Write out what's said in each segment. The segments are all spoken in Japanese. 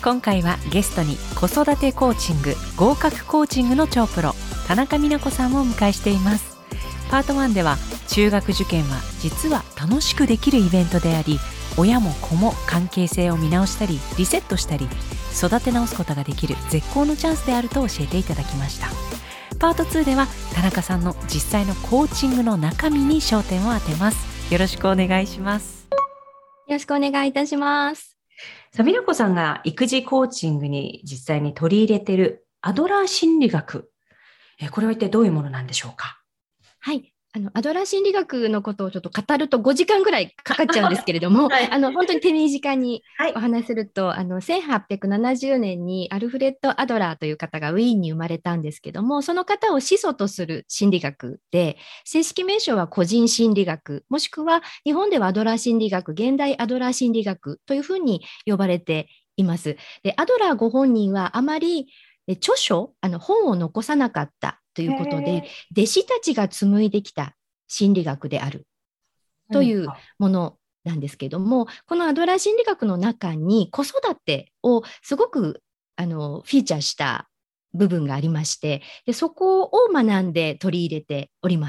今回はゲストに子育てコーチング、合格コーチングの超プロ田中美奈子さんをお迎えしています。パート1では中学受験は実は楽しくできるイベントであり、親も子も関係性を見直したりリセットしたり育て直すことができる絶好のチャンスであると教えていただきました。パート2では田中さんの実際のコーチングの中身に焦点を当てます。よろしくお願いします。 よろしくお願いいたします。 美奈子さんが育児コーチングに実際に取り入れているアドラー心理学、これは一体どういうものなんでしょうか？ はい。アドラー心理学のことをちょっと語ると5時間ぐらいかかっちゃうんですけれども、はい、本当に手短にお話しすると、1870年にアルフレッド・アドラーという方がウィーンに生まれたんですけども、その方を始祖とする心理学で、正式名称は個人心理学、もしくは日本ではアドラー心理学、現代アドラー心理学というふうに呼ばれています。で、アドラーご本人はあまり著書、本を残さなかったということで、弟子たちが紡いできた心理学であるというものなんですけども、このアドラー心理学の中に子育てをすごくフィーチャーした部分がありまして、でそこを学んで取り入れております。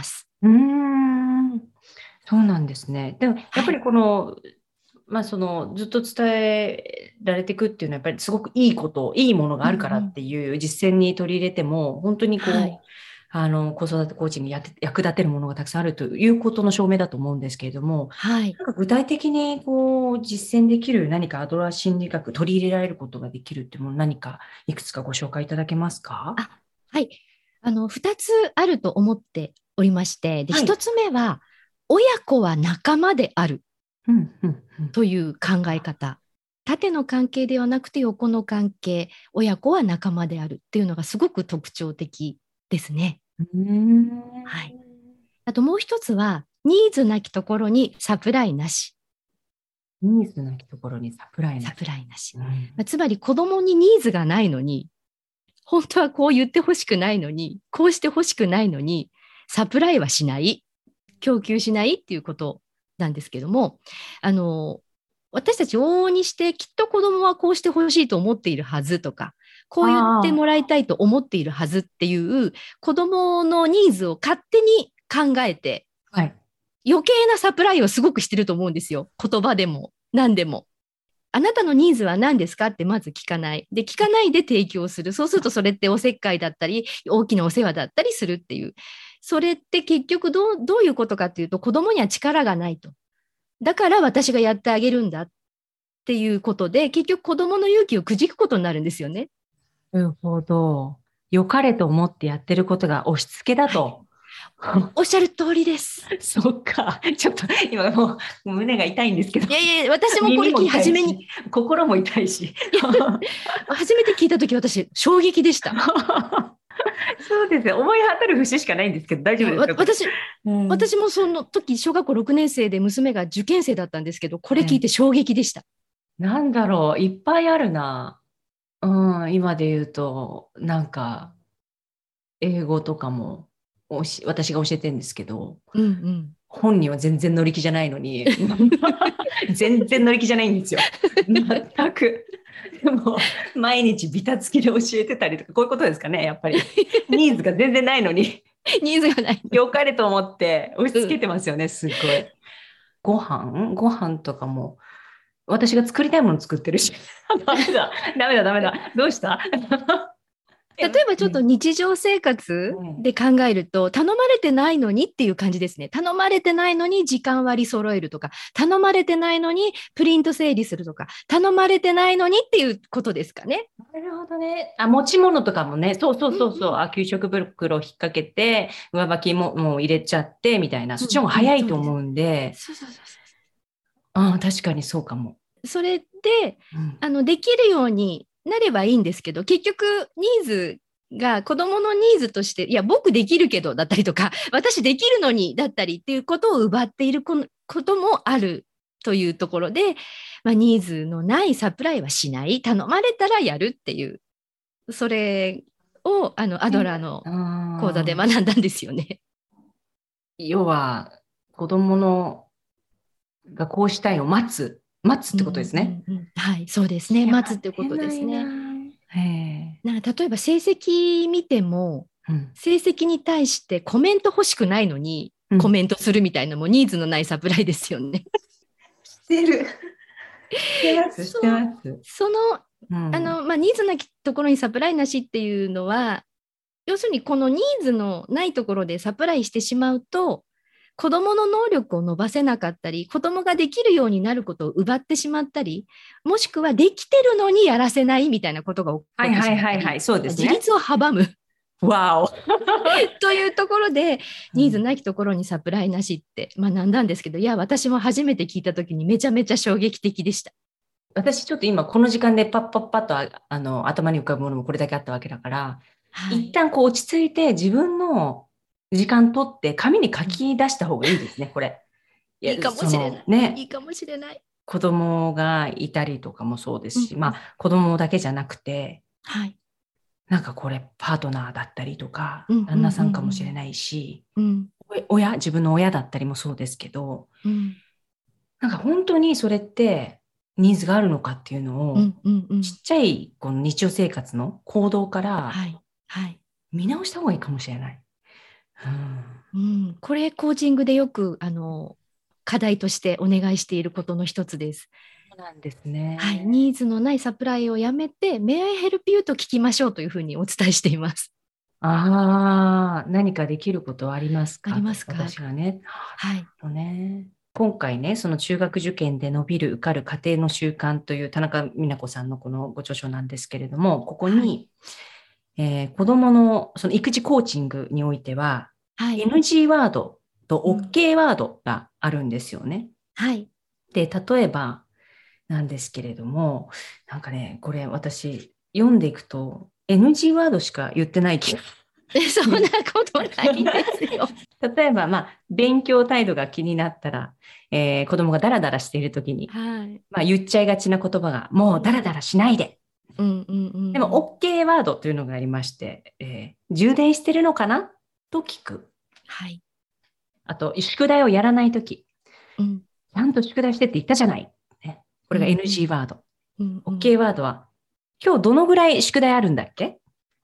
そうなんですね。でもやっぱりこの、そのずっと伝えられていくっていうのはやっぱりすごくいいこと、いいものがあるからっていう実践に取り入れても、本当にこう、子育てコーチングに役立てるものがたくさんあるということの証明だと思うんですけれども、なんか具体的にこう実践できる何かアドラー心理学取り入れられることができるっていうもの、何かいくつかご紹介いただけますか？ はい。2つあると思っておりまして、で、1つ目は親子は仲間であるという考え方。縦の関係ではなくて横の関係、親子は仲間であるっていうのがすごく特徴的ですね。はい。あともう一つは、ニーズなきところにサプライなし。 ニーズなきところにサプライなし。 サプライなし。つまり子供にニーズがないのに、本当はこう言ってほしくないのに、こうしてほしくないのに、サプライはしない、供給しないっていうことなんですけども、私たち往々にしてきっと子供はこうしてほしいと思っているはずとか、こう言ってもらいたいと思っているはずっていう子供のニーズを勝手に考えて、余計なサプライをすごくしてると思うんですよ。言葉でも何でも。あなたのニーズは何ですかってまず聞かない。で、聞かないで提供する。そうするとそれっておせっかいだったり、大きなお世話だったりするっていう。それって結局どういうことかっていうと、子供には力がないと。だから私がやってあげるんだっていうことで、結局子供の勇気をくじくことになるんですよね。 なるほど。良かれと思ってやってることが押し付けだと。 おっしゃる通りです。 そっか。ちょっと今もう胸が痛いんですけど。 いや、私もこれ初めに。 心も痛いし。 初めて聞いたとき私、衝撃でした。 そうですね。思い当たる節しかないんですけど、大丈夫ですか？ 私もその時、小学校6年生で娘が受験生だったんですけど、これ聞いて衝撃でした。 なんだろう、いっぱいあるな。今で言うと、なんか、英語とかも私が教えてるんですけど、本人は全然乗り気じゃないのに、全然乗り気じゃないんですよ。全く。でも、毎日ビタつきで教えてたりとか、こういうことですかね、やっぱり。ニーズが全然ないのに。 ニーズがない。 良かれと思って押し付けてますよね、すっごい。ご飯とかも、私が作りたいもの作ってるし。ダメだ。どうした？ 例えばちょっと日常生活で考えると、頼まれてないのにっていう感じですね。頼まれてないのに時間割り揃えるとか、頼まれてないのにプリント整理するとか、頼まれてないのにっていうことですかね。 なるほどね。持ち物とかもね、そう。給食袋引っ掛けて、上履きもう入れちゃってみたいな、そっちの方が早いと思うんで。確かにそうかも。 それで、できるようになればいいんですけど、結局ニーズが子供のニーズとして、いや、僕できるけどだったりとか、私できるのにだったりっていうことを奪っていることもあるというところで、ニーズのないサプライはしない、頼まれたらやるっていう、それをアドラーの講座で学んだんですよね。 要は、子供がこうしたいを待待つってことですね。 はい、そうですね。待つってことですね。なんか例えば成績見ても、成績に対してコメント欲しくないのに、コメントするみたいなもニーズのないサプライですよね。 してる。してます、してます。 その、ニーズなところにサプライなしっていうのは、要するにこのニーズのないところでサプライしてしまうと、子どもの能力を伸ばせなかったり、子どもができるようになることを奪ってしまったり、もしくはできてるのにやらせないみたいなことが起こってしまったり、 そうですね。 自立を阻む。 わおというところで、ニーズなきところにサプライなしって学んだんですけど、いや、私も初めて聞いたときにめちゃめちゃ衝撃的でした。 私ちょっと今この時間でパッパッパッと頭に浮かぶものもこれだけあったわけだから、一旦こう落ち着いて自分の時間取って紙に書き出した方がいいですね、これ。 いいかもしれない。ね、いいかもしれない。 子供がいたりとかもそうですし、子供だけじゃなくて、なんかこれパートナーだったりとか、旦那さんかもしれないし、自分の親だったりもそうですけど、なんか本当にそれってニーズがあるのかっていうのを、ちっちゃいこの日常生活の行動から見直した方がいいかもしれない。 これコーチングでよく課題としてお願いしていることの一つです。 そうなんですね。 はい、ニーズのないサプライをやめて、May I help you と聞きましょうというふうにお伝えしています。 何かできることはありますか？ ありますか？ 私がね。今回ね、その中学受験で伸びる受かる家庭の習慣という田中美奈子さんのこのご著書なんですけれども、ここに、子どものその育児コーチングにおいては、NG ワードと OK ワードがあるんですよね。で、例えばなんですけれども、なんかね、これ私読んでいくと NG ワードしか言ってない気がそんなことないですよ。 例えば、勉強態度が気になったら、子供がダラダラしているときに、言っちゃいがちな言葉が、もうダラダラしないで。でも OK ワードというのがありまして、充電してるのかなと聞く。あと、宿題をやらないとき、ちゃんと宿題してって言ったじゃない。これが NG ワード。OK ワードは、今日どのぐらい宿題あるんだっけ？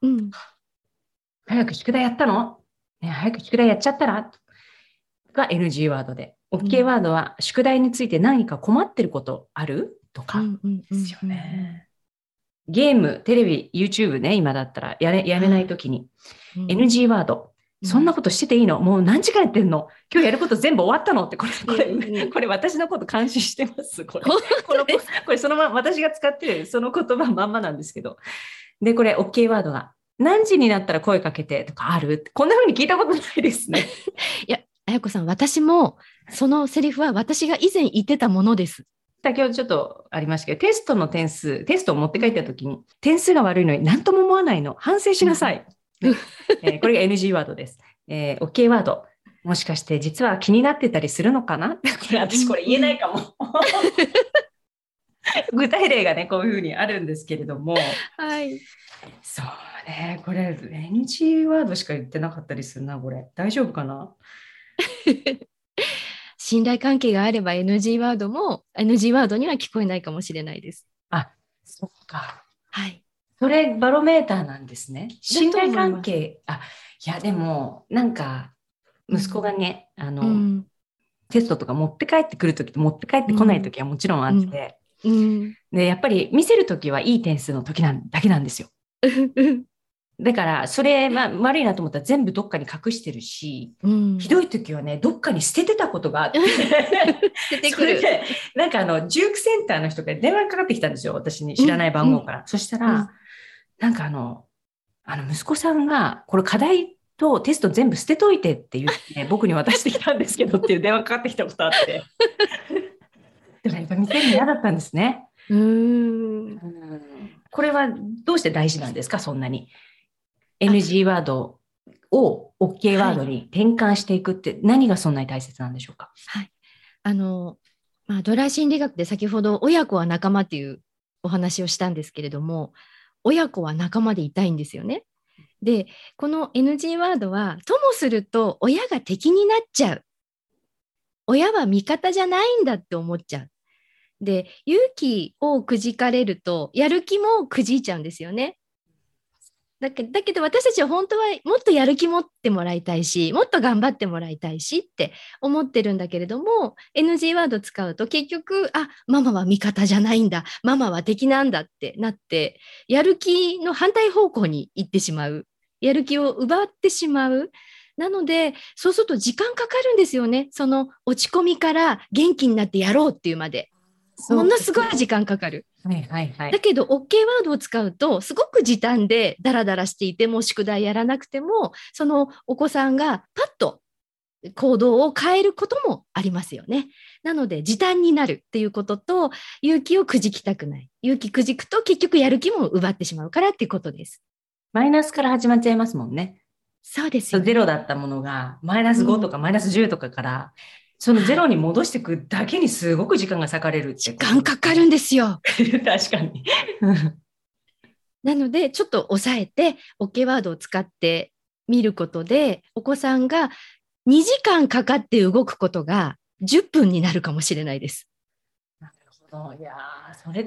早く宿題やったの？早く宿題やっちゃったら？が NG ワードで。OK ワードは、宿題について何か困ってることある？とかですよね。ゲーム、テレビ、YouTube ね、今だったらやめないときに、NG ワード。そんなことしてていいの？もう何時間やってんの？今日やること全部終わったの？って、これ私のこと監視してます。これそのまま私が使ってるその言葉まんまなんですけど。で、これ OK ワードが、何時になったら声かけてとかある？こんな風に聞いたことないですね。 いや、あやこさん、私もそのセリフは私が以前言ってたものです。 先ほどちょっとありましたけど、テストを持って帰ったときに、点数が悪いのに何とも思わないの。反省しなさい。これが NG ワードです。OK ワード。もしかして実は気になってたりするのかな？私これ言えないかも。具体例がね、こういうふうにあるんですけれども。そうね、これ NG ワードしか言ってなかったりするな、これ。大丈夫かな？ 信頼関係があれば NG ワードも NG ワードには聞こえないかもしれないです。 そっか。それバロメーターなんですね。信頼関係。いや、でも、なんか、息子がね、テストとか持って帰ってくるときと持って帰ってこないときはもちろんあって、で、やっぱり見せるときはいい点数のときだけなんですよ。だから、それ、悪いなと思ったら全部どっかに隠してるし、ひどいときはね、どっかに捨ててたことがあって、 捨ててくる。 それで、なんかジュークセンターの人が電話かかってきたんですよ。私に知らない番号から。そしたら、なんか息子さんが、これ課題とテスト全部捨てといてって言って、僕に渡してきたんですけどっていう電話かかってきたことあって。だからやっぱ見せるの嫌だったんですね。これはどうして大事なんですか、そんなに。NG ワードを OK ワードに転換していくって何がそんなに大切なんでしょうか？ ドライ心理学で先ほど親子は仲間っていうお話をしたんですけれども、親子は仲間でいたいんですよね。で、この NG ワードはともすると親が敵になっちゃう。親は味方じゃないんだって思っちゃう。 で、勇気をくじかれると、やる気もくじいちゃうんですよね。だけど私たちは本当はもっとやる気持ってもらいたいし、もっと頑張ってもらいたいしって思ってるんだけれども、NG ワード使うと結局、ママは味方じゃないんだ、ママは敵なんだってなって、やる気の反対方向に行ってしまう。やる気を奪ってしまう。なので、そうすると時間かかるんですよね。その落ち込みから元気になってやろうっていうまで。ものすごい時間かかる。 はいはいはい。 だけど OK ワードを使うとすごく時短でダラダラしていても宿題やらなくてもそのお子さんがパッと行動を変えることもありますよね。なので時短になるっていうことと勇気をくじきたくない。勇気くじくと結局やる気も奪ってしまうからっていうことです。 マイナスから始まっちゃいますもんね。 そうですよね。 ゼロだったものがマイナス5とかマイナス10とかから、そのゼロに戻していくだけにすごく時間が割かれるって時間かかるんですよ。 確かに。 なので、ちょっと抑えて、OK ワードを使ってみることで、お子さんが2時間かかって動くことが10分になるかもしれないです。 なるほど。いやそれって、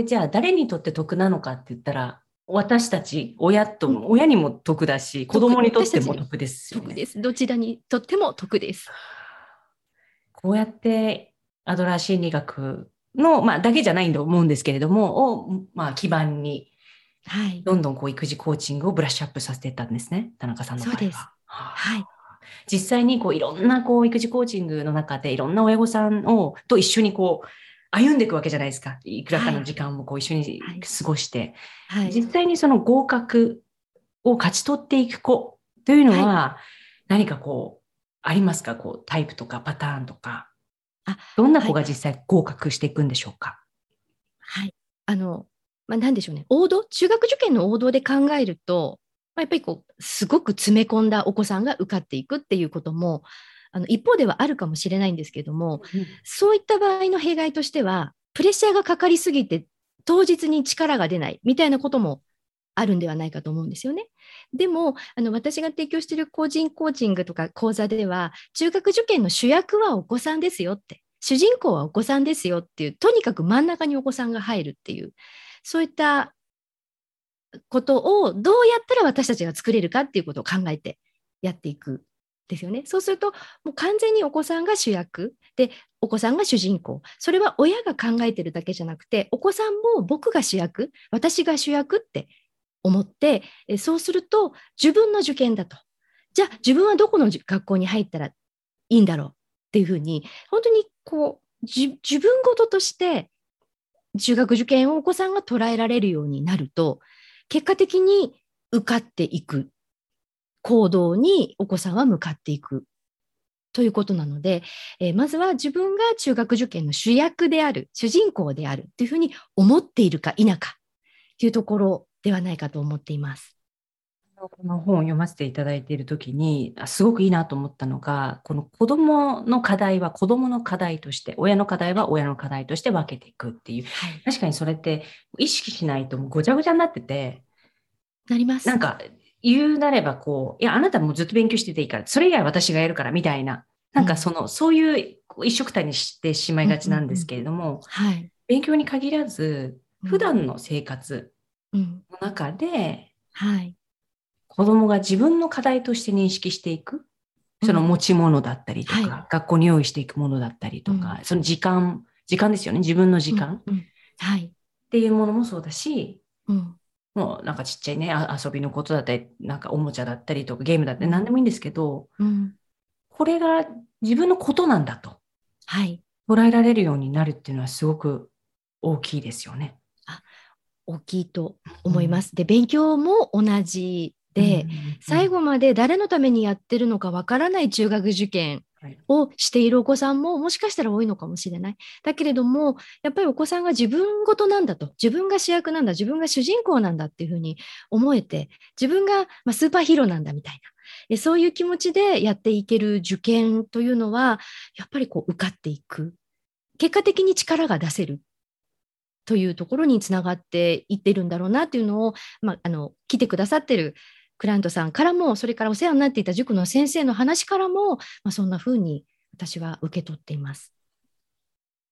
じゃあ誰にとって得なのかって言ったら、私たち、親にも得だし、子供にとっても得ですよね。 得です。どちらにとっても得です。 こうやってアドラー心理学の、だけじゃないと思うんですけれども、を、基盤に、どんどん育児コーチングをブラッシュアップさせていったんですね、田中さんの場合は。 そうです。はい。 実際にいろんな育児コーチングの中でいろんな親御さんと一緒に歩んでいくわけじゃないですか。いくらかの時間を一緒に過ごして、実際にその合格を勝ち取っていく子というのは、何かありますか？タイプとかパターンとか。どんな子が実際合格していくんでしょうか？ はい。なんでしょうね。中学受験の王道で考えると、やっぱりすごく詰め込んだお子さんが受かっていくっていうことも、一方ではあるかもしれないんですけども、そういった場合の弊害としては、プレッシャーがかかりすぎて、当日に力が出ないみたいなこともあるんではないかと思うんですよね。でも、私が提供している個人コーチングとか講座では、中学受験の主役はお子さんですよって、主人公はお子さんですよっていう、とにかく真ん中にお子さんが入るっていう、そういったことをどうやったら私たちが作れるかっていうことを考えてやっていくですよね。そうすると、もう完全にお子さんが主役で、お子さんが主人公。それは親が考えてるだけじゃなくて、お子さんも僕が主役、私が主役って思って、そうすると自分の受験だと。じゃあ自分はどこの学校に入ったらいいんだろうっていうふうに、本当に自分事として中学受験をお子さんが捉えられるようになると、結果的に受かっていく行動にお子さんは向かっていくということなので、まずは自分が中学受験の主役である、主人公であるというふうに思っているか否かというところではないかと思っています。 この本を読ませていただいているときに、すごくいいなと思ったのが、この子供の課題は子供の課題として、親の課題は親の課題として分けていくっていう。確かにそれって意識しないともうごちゃごちゃになってて。 なります。 なんか言うなればいや、あなたもずっと勉強してていいから、それ以外私がやるからみたいな。なんかそういう一緒くたにしてしまいがちなんですけれども、勉強に限らず、普段の生活の中で、子供が自分の課題として認識していく、その持ち物だったりとか、学校に用意していくものだったりとか、その時間ですよね、自分の時間、っていうものもそうだし、もうなんかちっちゃいね、遊びのことだったり、なんかおもちゃだったりとかゲームだったり何でもいいんですけど、これが自分のことなんだと、捉えられるようになるっていうのはすごく大きいですよね。 大きいと思います。で、勉強も同じで、最後まで誰のためにやってるのかわからない中学受験をしているお子さんももしかしたら多いのかもしれない。だけれども、やっぱりお子さんが自分ごとなんだと、自分が主役なんだ、自分が主人公なんだっていうふうに思えて、自分がスーパーヒーローなんだみたいな、そういう気持ちでやっていける受験というのは、やっぱり受かっていく。結果的に力が出せる。というところにつながっていってるんだろうなっていうのを、来てくださってるクライアントさんからも、それからお世話になっていた塾の先生の話からも、そんな風に私は受け取っています。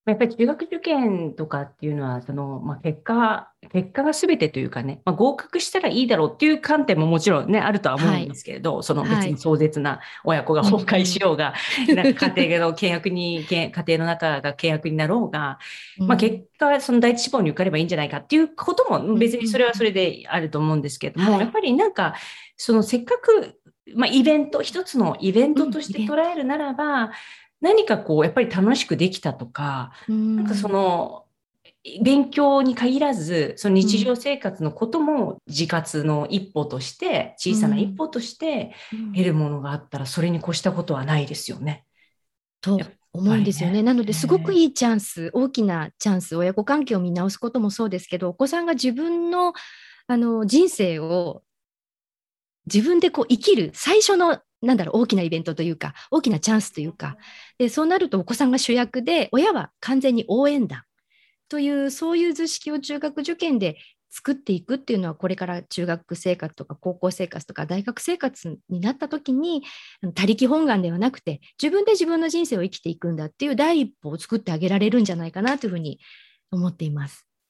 やっぱり中学受験とかっていうのは、結果が全てというかね、合格したらいいだろうっていう観点ももちろんね、あるとは思うんですけれど、その別に壮絶な親子が崩壊しようが、なんか家庭の中が契約になろうが、結果、その第一志望に受かればいいんじゃないかっていうことも別にそれはそれであると思うんですけれども、やっぱりなんか、せっかく、一つのイベントとして捉えるならば、何かやっぱり楽しくできたとか、なんか勉強に限らず、その日常生活のことも自活の一歩として、小さな一歩として得るものがあったら、それに越したことはないですよね。 と思うんですよね。なので、すごくいいチャンス、大きなチャンス、親子関係を見直すこともそうですけど、お子さんが自分の、人生を自分で生きる最初の大きなイベントというか、大きなチャンスというか、で、そうなるとお子さんが主役で、親は完全に応援団という、そういう図式を中学受験で作っていくっていうのは、これから中学生活とか高校生活とか大学生活になった時に、他力本願ではなくて、自分で自分の人生を生きていくんだっていう第一歩を作ってあげられるんじゃないかなというふうに思っています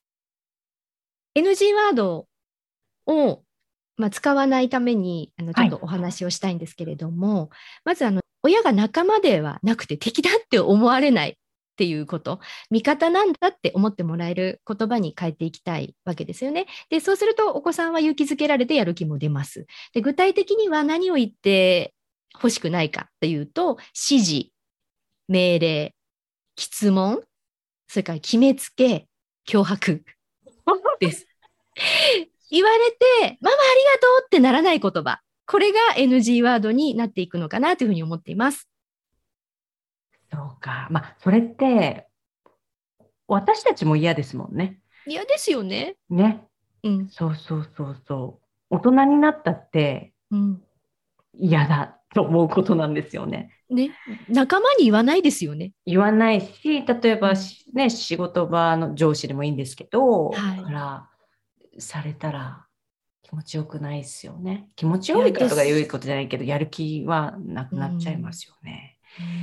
。NG ワードを使わないためにちょっとお話をしたいんですけれども、まず親が仲間ではなくて敵だって思われないっていうこと、味方なんだって思ってもらえる言葉に変えていきたいわけですよね。で、そうするとお子さんは勇気づけられてやる気も出ます。で、具体的には何を言って欲しくないかというと、指示、命令、詰問、それから決めつけ、脅迫です。言われて、ママありがとうってならない言葉。これが NG ワードになっていくのかなというふうに思っています。 そうか。それって、私たちも嫌ですもんね。 嫌ですよね。 ね。そう。大人になったって、嫌だと思うことなんですよね。 ね。仲間に言わないですよね。 言わないし、例えばね、仕事場の上司でもいいんですけど、からされたら気持ちよくないですよね。気持ちよいかとかいうことじゃないけど、やる気はなくなっちゃいますよね。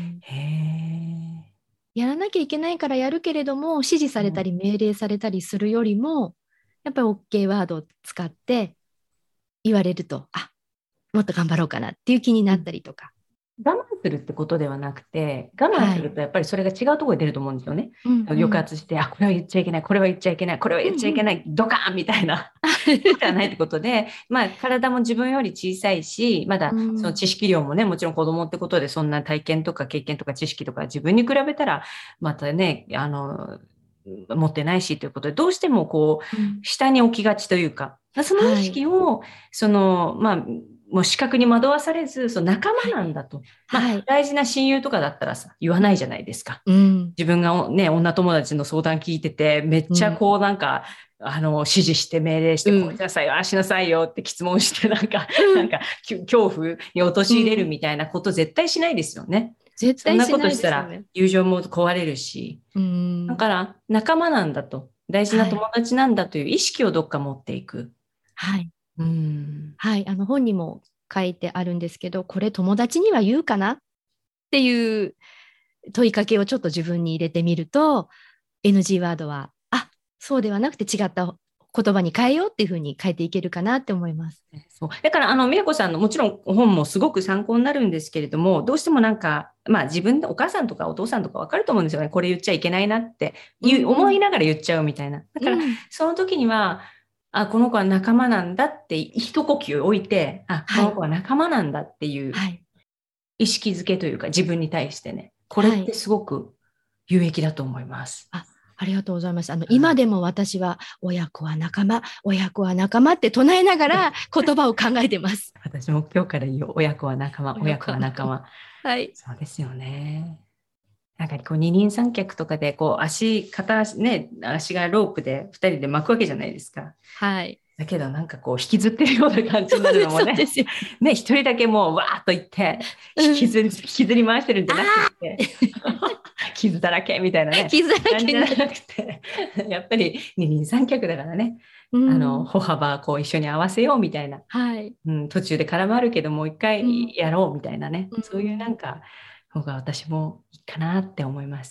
やらなきゃいけないからやるけれども、指示されたり命令されたりするよりも、やっぱり OK ワードを使って言われると、もっと頑張ろうかなっていう気になったりとか。 我慢するってことではなくて、我慢するとやっぱりそれが違うところに出ると思うんですよね。抑圧して、これは言っちゃいけない、これは言っちゃいけない、これは言っちゃいけない、ドカーンみたいなことはないってことで、体も自分より小さいし、まだその知識量もね、もちろん子供ってことで、そんな体験とか経験とか知識とか自分に比べたら、またね、持ってないしということで、どうしても下に置きがちというか、その意識を、もう視覚に惑わされず、仲間なんだと。大事な親友とかだったらさ、言わないじゃないですか。自分がね、女友達の相談聞いてて、めっちゃ指示して命令して、こうしなさいよ、ああしなさいよって質問して、なんか恐怖に陥れるみたいなこと絶対しないですよね。 絶対しないですよね。 そんなことしたら友情も壊れるし。だから仲間なんだと。大事な友達なんだという意識をどっか持っていく。 本にも書いてあるんですけど、これ友達には言うかなっていう問いかけをちょっと自分に入れてみると、NG ワードは、そうではなくて違った言葉に変えようっていうふうに変えていけるかなって思います。 そうだから美恵子さんのもちろん本もすごく参考になるんですけれども、どうしてもなんか、自分でお母さんとかお父さんとか分かると思うんですよね。これ言っちゃいけないなって思いながら言っちゃうみたいな。だから、その時には、この子は仲間なんだって一呼吸置いて、この子は仲間なんだっていう意識づけというか、自分に対してね、これってすごく有益だと思います。 ありがとうございます。今でも私は親子は仲間、親子は仲間って唱えながら言葉を考えてます。 私も今日から言う、親子は仲間、親子は仲間。そうですよね。なんか二人三脚とかで足がロープで2人で巻くわけじゃないですか。だけどなんか引きずってるような感じになるのもね、一人だけもうわーっと言って引きずり回してるんじゃなくて、傷だらけみたいなね。 傷だらけじゃなくて、やっぱり二人三脚だからね、歩幅一緒に合わせようみたいな、途中で絡まるけどもう一回やろうみたいなね、そういうなんか方が私もいいかなって思いますね。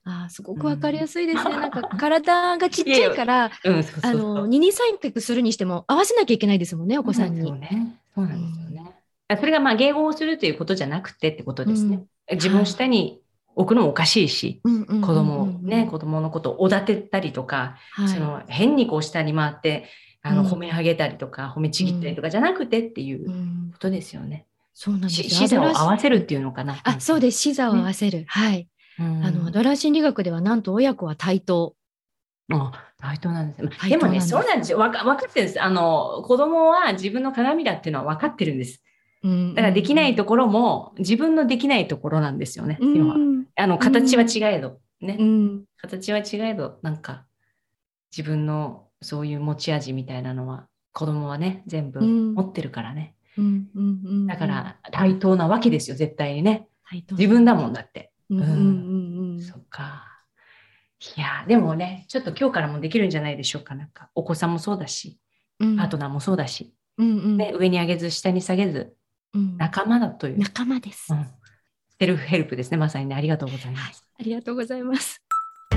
すごくわかりやすいですね。なんか体がちっちゃいから二人三脚するにしても合わせなきゃいけないですもんね、お子さんに。 そうなんですよね。それが迎合をするということじゃなくてってことですね。自分下に置くのもおかしいし、子供のことをおだてたりとか、変にこう下に回って褒め上げたりとか褒めちぎったりとかじゃなくてっていうことですよね。 そうなんですよ。 視座を合わせるっていうのかな。 そうです。視座を合わせる。はい。アドラー心理学ではなんと親子は対等。 対等なんですね。でもね、そうなんですよ。分かってるんです。子供は自分の鏡だっていうのは分かってるんです。だからできないところも自分のできないところなんですよね。要は形は違えどね。形は違えどなんか自分のそういう持ち味みたいなのは子供はね全部持ってるからね。だから対等なわけですよ、絶対にね。自分だもんだって。そっか。いやでもね、ちょっと今日からもできるんじゃないでしょうか。なんかお子さんもそうだし、パートナーもそうだし、上に上げず下に下げず、仲間だという。 仲間です。 セルフヘルプですね、まさにね。ありがとうございます。 ありがとうございます。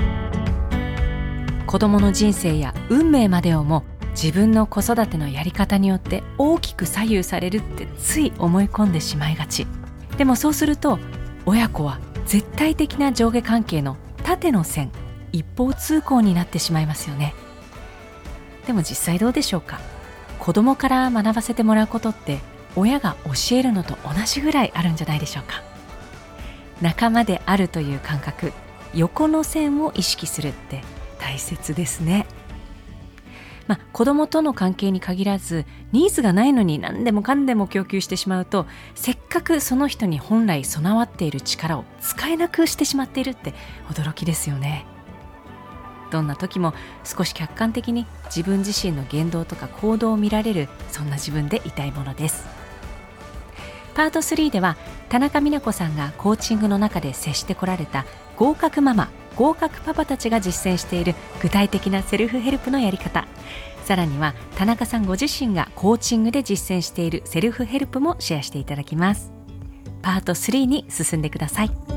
子供の人生や運命までをも自分の子育てのやり方によって大きく左右されるってつい思い込んでしまいがち。でもそうすると親子は絶対的な上下関係の縦の線、一方通行になってしまいますよね。でも実際どうでしょうか。子供から学ばせてもらうことって親が教えるのと同じぐらいあるんじゃないでしょうか。仲間であるという感覚、横の線を意識するって大切ですね。子供との関係に限らずニーズがないのに何でもかんでも供給してしまうと、せっかくその人に本来備わっている力を使えなくしてしまっているって驚きですよね。どんな時も少し客観的に自分自身の言動とか行動を見られる、そんな自分でいたいものです。パート3では田中美奈子さんがコーチングの中で接してこられた合格ママ、合格パパたちが実践している具体的なセルフヘルプのやり方、さらには田中さんご自身がコーチングで実践しているセルフヘルプもシェアしていただきます。パート3に進んでください。